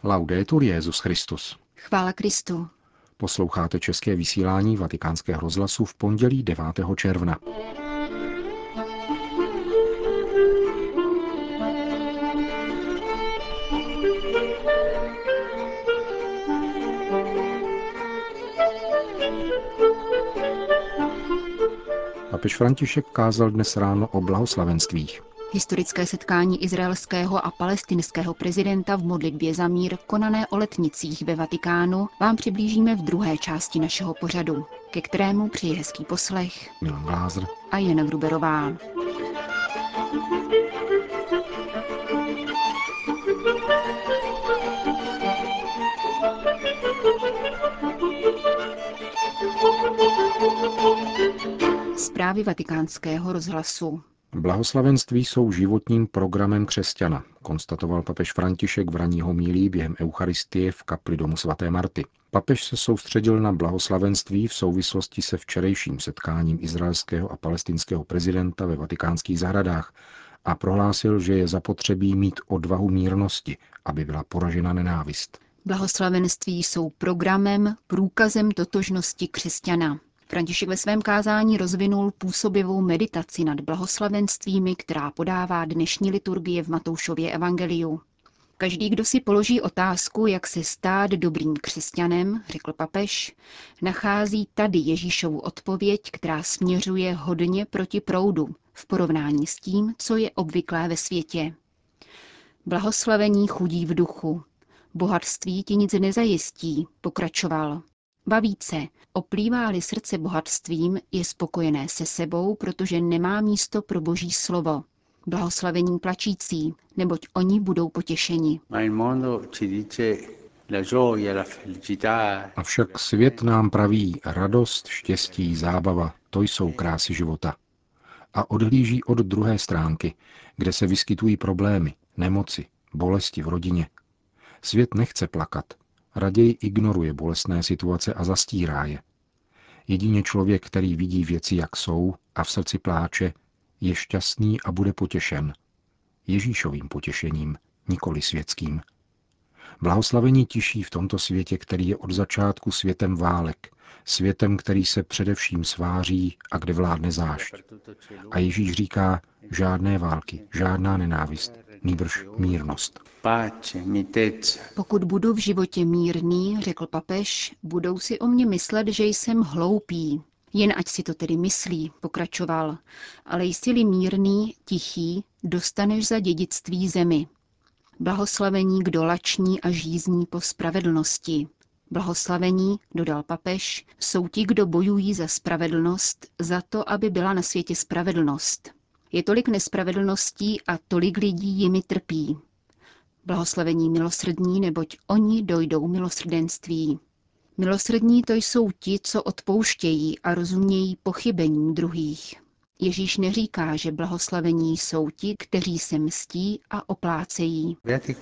Laudetur Jesus Christus. Chvála Kristu. Posloucháte české vysílání Vatikánského rozhlasu v pondělí 9. června. Papež František kázal dnes ráno o blahoslavenstvích. Historické setkání izraelského a palestinského prezidenta v modlitbě za mír, konané o Letnicích ve Vatikánu, vám přiblížíme v druhé části našeho pořadu, ke kterému přeji hezký poslech Milan Glázer a Jana Gruberová. Zprávy Vatikánského rozhlasu. Blahoslavenství jsou životním programem křesťana, konstatoval papež František v ranní homílii během eucharistie v kapli domu svaté Marty. Papež se soustředil na blahoslavenství v souvislosti se včerejším setkáním izraelského a palestinského prezidenta ve vatikánských zahradách a prohlásil, že je zapotřebí mít odvahu mírnosti, aby byla poražena nenávist. Blahoslavenství jsou programem, průkazem totožnosti křesťana. František ve svém kázání rozvinul působivou meditaci nad blahoslavenstvími, která podává dnešní liturgie v Matoušově evangeliu. Každý, kdo si položí otázku, jak se stát dobrým křesťanem, řekl papež, nachází tady Ježíšovu odpověď, která směřuje hodně proti proudu v porovnání s tím, co je obvyklé ve světě. Blahoslavení chudí v duchu. Bohatství ti nic nezajistí, pokračoval. Ba více, oplývá-li srdce bohatstvím, je spokojené se sebou, protože nemá místo pro Boží slovo. Blahoslavení plačící, neboť oni budou potěšeni. Avšak svět nám praví radost, štěstí, zábava, to jsou krásy života. A odhlíží od druhé stránky, kde se vyskytují problémy, nemoci, bolesti v rodině. Svět nechce plakat, raději ignoruje bolestné situace a zastírá je. Jedině člověk, který vidí věci, jak jsou, a v srdci pláče, je šťastný a bude potěšen. Ježíšovým potěšením, nikoli světským. Blahoslavení tiší v tomto světě, který je od začátku světem válek, světem, který se především sváří a kde vládne zášť. A Ježíš říká, žádné války, žádná nenávist, nýbrž mírnost. Pokud budu v životě mírný, řekl papež, budou si o mě myslet, že jsem hloupý. Jen ať si to tedy myslí, pokračoval. Ale jsi-li mírný, tichý, dostaneš za dědictví zemi. Blahoslavení, kdo lační a žízní po spravedlnosti. Blahoslavení, dodal papež, jsou ti, kdo bojují za spravedlnost, za to, aby byla na světě spravedlnost. Je tolik nespravedlností a tolik lidí jimi trpí. Blahoslavení milosrdní, neboť oni dojdou milosrdenství. Milosrdní to jsou ti, co odpouštějí a rozumějí pochybením druhých. Ježíš neříká, že blahoslavení jsou ti, kteří se mstí a oplácejí.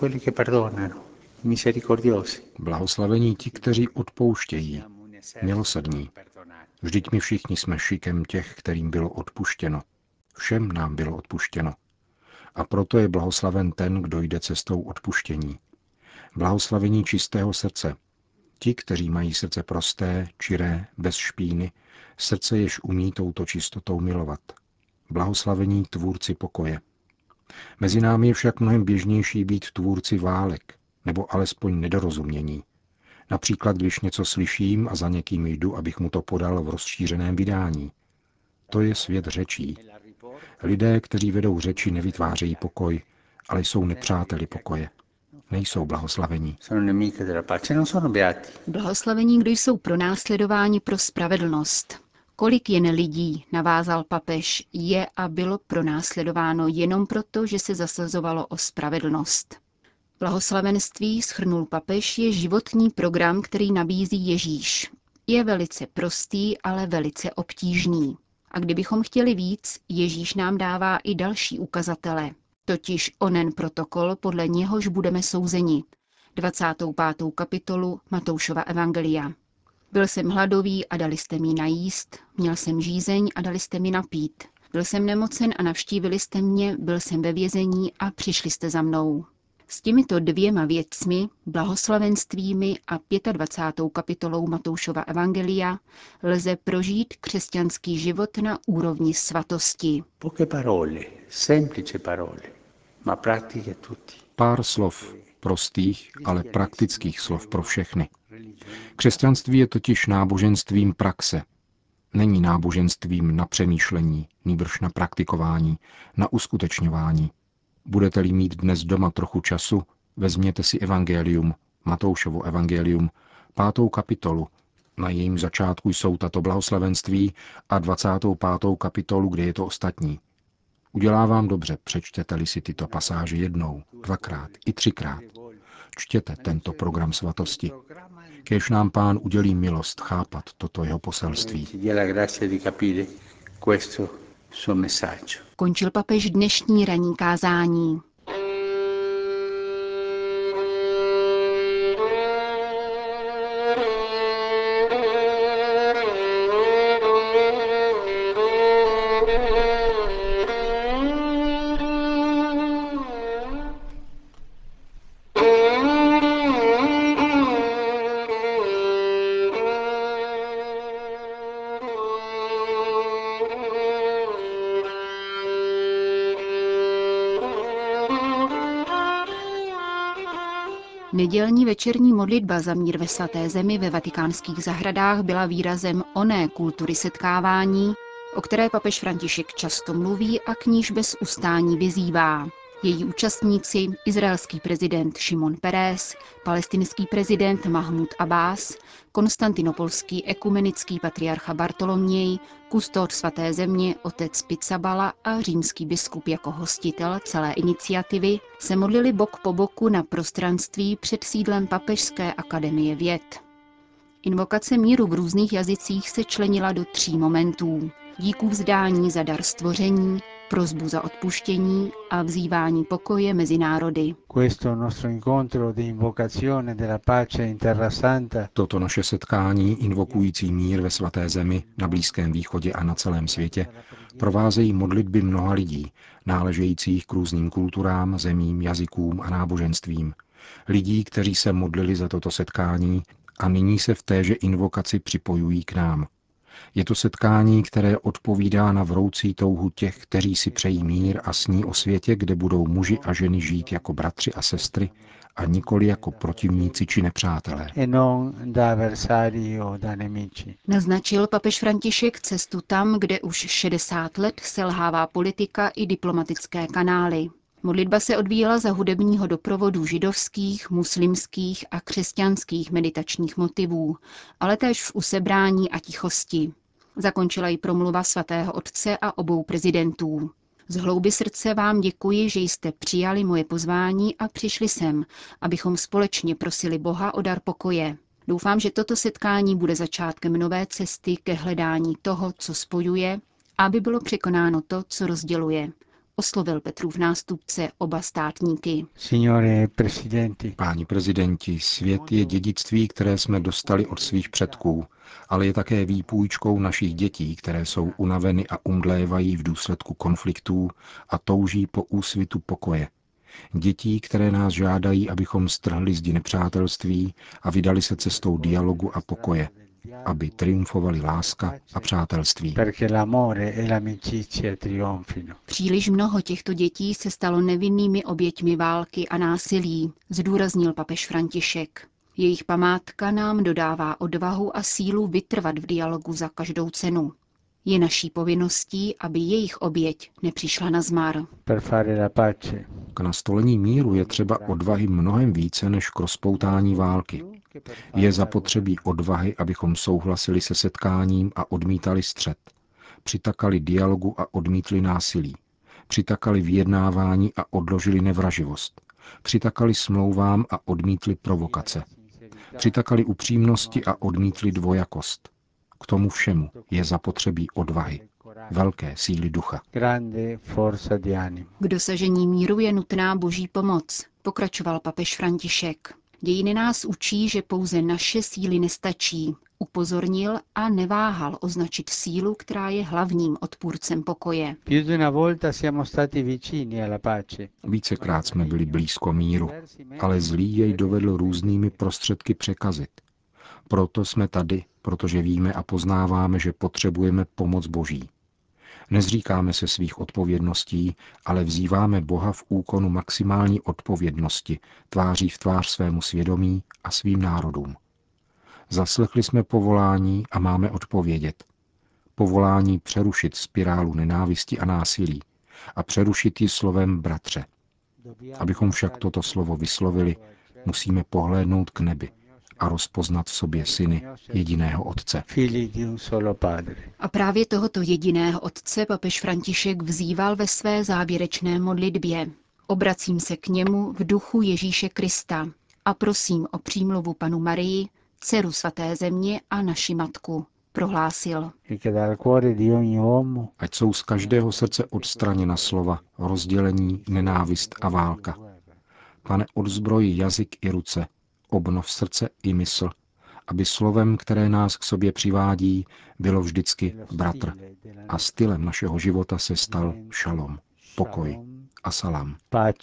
Blahoslavení ti, kteří odpouštějí, milosrdní. Vždyť my všichni jsme šikem těch, kterým bylo odpuštěno. Všem nám bylo odpuštěno. A proto je blahoslaven ten, kdo jde cestou odpuštění. Blahoslavení čistého srdce. Ti, kteří mají srdce prosté, čiré, bez špíny, srdce jež umí touto čistotou milovat. Blahoslavení tvůrci pokoje. Mezi námi je však mnohem běžnější být tvůrci válek, nebo alespoň nedorozumění. Například, když něco slyším a za někým jdu, abych mu to podal v rozšířeném vydání. To je svět řečí. Lidé, kteří vedou řeči, nevytvářejí pokoj, ale jsou nepřáteli pokoje. Nejsou blahoslavení. Blahoslavení, kdo jsou pronásledováni pro spravedlnost. Kolik jen lidí, navázal papež, je a bylo pronásledováno jenom proto, že se zasazovalo o spravedlnost. Blahoslavenství, shrnul papež, je životní program, který nabízí Ježíš. Je velice prostý, ale velice obtížný. A kdybychom chtěli víc, Ježíš nám dává i další ukazatele. Totiž onen protokol, podle něhož budeme souzeni. 25. kapitolu Matoušova evangelia. Byl jsem hladový a dali jste mi najíst, měl jsem žízeň a dali jste mi napít. Byl jsem nemocen a navštívili jste mě, byl jsem ve vězení a přišli jste za mnou. S těmito dvěma věcmi, blahoslavenstvími a 25. kapitolou Matoušova evangelia, lze prožít křesťanský život na úrovni svatosti. Pár slov, prostých, ale praktických slov pro všechny. Křesťanství je totiž náboženstvím praxe. Není náboženstvím na přemýšlení, nýbrž na praktikování, na uskutečňování. Budete-li mít dnes doma trochu času, vezměte si evangelium, Matoušovo evangelium, 5. kapitolu. Na jejím začátku jsou tato blahoslavenství a 25. kapitolu, kde je to ostatní. Udělá vám dobře, přečtěte-li si tyto pasáže jednou, dvakrát i třikrát. Čtěte tento program svatosti. Kéž nám Pán udělí milost chápat toto jeho poselství. Končil papež dnešní ranní kázání. Nedělní večerní modlitba za mír ve Svaté zemi ve vatikánských zahradách byla výrazem oné kultury setkávání, o které papež František často mluví a k níž bez ustání vyzývá. Její účastníci, izraelský prezident Šimon Peres, palestinský prezident Mahmud Abbás, konstantinopolský ekumenický patriarcha Bartoloměj, kustód Svaté země otec Pizzaballa a římský biskup jako hostitel celé iniciativy se modlili bok po boku na prostranství před sídlem Papežské akademie věd. Invokace míru v různých jazycích se členila do 3 momentů. Díků vzdání za dar stvoření, prosbu za odpuštění a vzývání pokoje mezi národy. Toto naše setkání, invokující mír ve Svaté zemi, na Blízkém východě a na celém světě, provázejí modlitby mnoha lidí, náležejících k různým kulturám, zemím, jazykům a náboženstvím. Lidí, kteří se modlili za toto setkání a nyní se v téže invokaci připojují k nám. Je to setkání, které odpovídá na vroucí touhu těch, kteří si přejí mír a sní o světě, kde budou muži a ženy žít jako bratři a sestry a nikoli jako protivníci či nepřátelé. Naznačil papež František cestu tam, kde už 60 let selhává politika i diplomatické kanály. Modlitba se odvíjela za hudebního doprovodu židovských, muslimských a křesťanských meditačních motivů, ale též v usebrání a tichosti. Zakončila ji promluva svatého otce a obou prezidentů. Z hloubi srdce vám děkuji, že jste přijali moje pozvání a přišli sem, abychom společně prosili Boha o dar pokoje. Doufám, že toto setkání bude začátkem nové cesty ke hledání toho, co spojuje, aby bylo překonáno to, co rozděluje. Oslovil Petrův nástupce oba státníky. Páni prezidenti, svět je dědictví, které jsme dostali od svých předků, ale je také výpůjčkou našich dětí, které jsou unaveny a umdlévají v důsledku konfliktů a touží po úsvitu pokoje. Dětí, které nás žádají, abychom strhli zdi nepřátelství a vydali se cestou dialogu a pokoje, aby triumfovaly láska a přátelství. Příliš mnoho těchto dětí se stalo nevinnými oběťmi války a násilí, zdůraznil papež František. Jejich památka nám dodává odvahu a sílu vytrvat v dialogu za každou cenu. Je naší povinností, aby jejich oběť nepřišla nazmar. K nastolení míru je třeba odvahy mnohem více než k rozpoutání války. Je zapotřebí odvahy, abychom souhlasili se setkáním a odmítali střet. Přitakali dialogu a odmítli násilí. Přitakali vyjednávání a odložili nevraživost. Přitakali smlouvám a odmítli provokace. Přitakali upřímnosti a odmítli dvojakost. K tomu všemu je zapotřebí odvahy, velké síly ducha. K dosažení míru je nutná boží pomoc, pokračoval papež František. Dějiny nás učí, že pouze naše síly nestačí, upozornil a neváhal označit sílu, která je hlavním odpůrcem pokoje. Vícekrát jsme byli blízko míru, ale zlý jej dovedl různými prostředky překazit. Proto jsme tady, protože víme a poznáváme, že potřebujeme pomoc Boží. Nezříkáme se svých odpovědností, ale vzýváme Boha v úkonu maximální odpovědnosti, tváří v tvář svému svědomí a svým národům. Zaslechli jsme povolání a máme odpovědět. Povolání přerušit spirálu nenávisti a násilí a přerušit ji slovem bratře. Abychom však toto slovo vyslovili, musíme pohlédnout k nebi a rozpoznat v sobě syny jediného Otce. A právě tohoto jediného Otce papež František vzýval ve své závěrečné modlitbě. Obracím se k němu v duchu Ježíše Krista a prosím o přímluvu Panu Marii, dceru svaté země a naši matku, prohlásil. Ať jsou z každého srdce odstraněna slova, rozdělení, nenávist a válka. Pane, odzbroj jazyk i ruce, obnov srdce i mysl, aby slovem, které nás k sobě přivádí, bylo vždycky bratr. A stylem našeho života se stal šalom, pokoj a salám.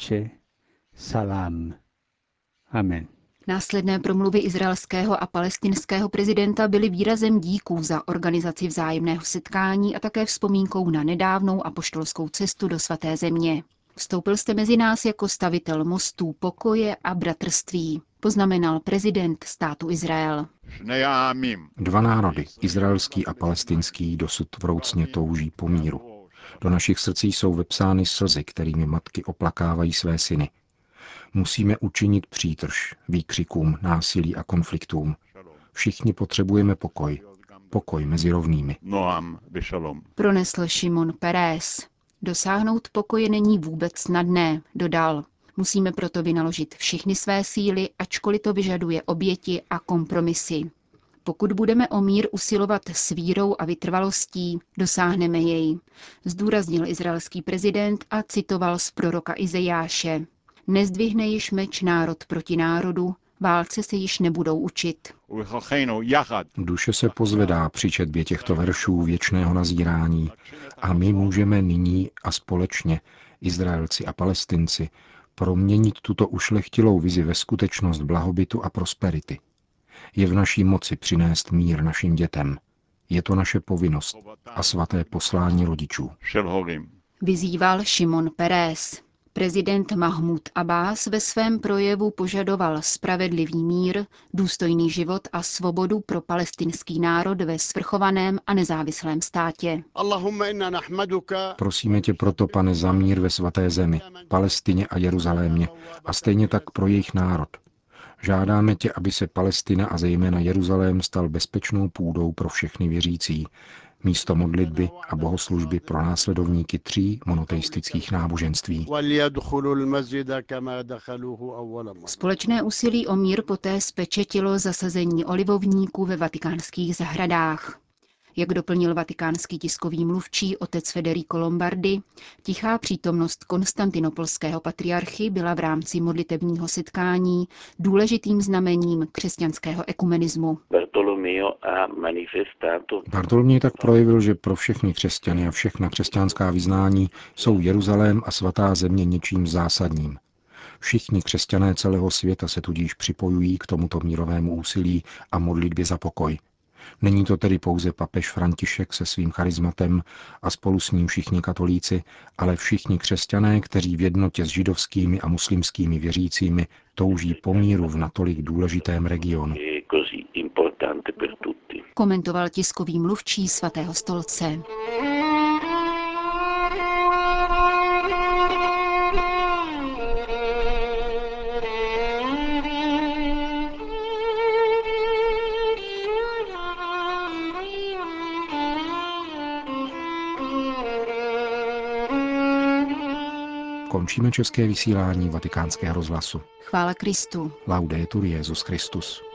Amen. Následné promluvy izraelského a palestinského prezidenta byly výrazem díků za organizaci vzájemného setkání a také vzpomínkou na nedávnou apoštolskou cestu do svaté země. Vstoupil jste mezi nás jako stavitel mostů pokoje a bratrství, poznamenal prezident státu Izrael. Dva národy, izraelský a palestinský, dosud vroucně touží po míru. Do našich srdcí jsou vepsány slzy, kterými matky oplakávají své syny. Musíme učinit přítrž výkřikům, násilí a konfliktům. Všichni potřebujeme pokoj. Pokoj mezi rovnými. Pronesl Šimon Peres. Dosáhnout pokoje není vůbec snadné, dodal. Musíme proto vynaložit všechny své síly, ačkoliv to vyžaduje oběti a kompromisy. Pokud budeme o mír usilovat s vírou a vytrvalostí, dosáhneme jej, zdůraznil izraelský prezident a citoval z proroka Izajáše. Nezdvihne již meč národ proti národu, válce se již nebudou učit. Duše se pozvedá při četbě těchto veršů věčného nazírání a my můžeme nyní a společně, Izraelci a Palestinci, proměnit tuto ušlechtilou vizi ve skutečnost blahobytu a prosperity. Je v naší moci přinést mír našim dětem. Je to naše povinnost a svaté poslání rodičů. Vyzýval Šimon Peres. Prezident Mahmud Abbás ve svém projevu požadoval spravedlivý mír, důstojný život a svobodu pro palestinský národ ve svrchovaném a nezávislém státě. Prosíme tě proto, pane, za mír ve svaté zemi, Palestině a Jeruzalémě a stejně tak pro jejich národ. Žádáme tě, aby se Palestina a zejména Jeruzalém stal bezpečnou půdou pro všechny věřící, místo modlitby a bohoslužby pro následovníky 3 monoteistických náboženství. Společné úsilí o mír poté spečetilo zasazení olivovníků ve vatikánských zahradách. Jak doplnil vatikánský tiskový mluvčí otec Federico Lombardi, tichá přítomnost konstantinopolského patriarchy byla v rámci modlitebního setkání důležitým znamením křesťanského ekumenismu. Bartoloměj tak projevil, že pro všechny křesťany a všechna křesťanská vyznání jsou Jeruzalém a svatá země něčím zásadním. Všichni křesťané celého světa se tudíž připojují k tomuto mírovému úsilí a modlitbě za pokoj. Není to tedy pouze papež František se svým charizmatem a spolu s ním všichni katolíci, ale všichni křesťané, kteří v jednotě s židovskými a muslimskými věřícími touží po míru v natolik důležitém regionu. Komentoval tiskový mluvčí Svatého stolce. Končíme české vysílání Vatikánského rozhlasu. Chvála Kristu. Laudetur Jesus Christus.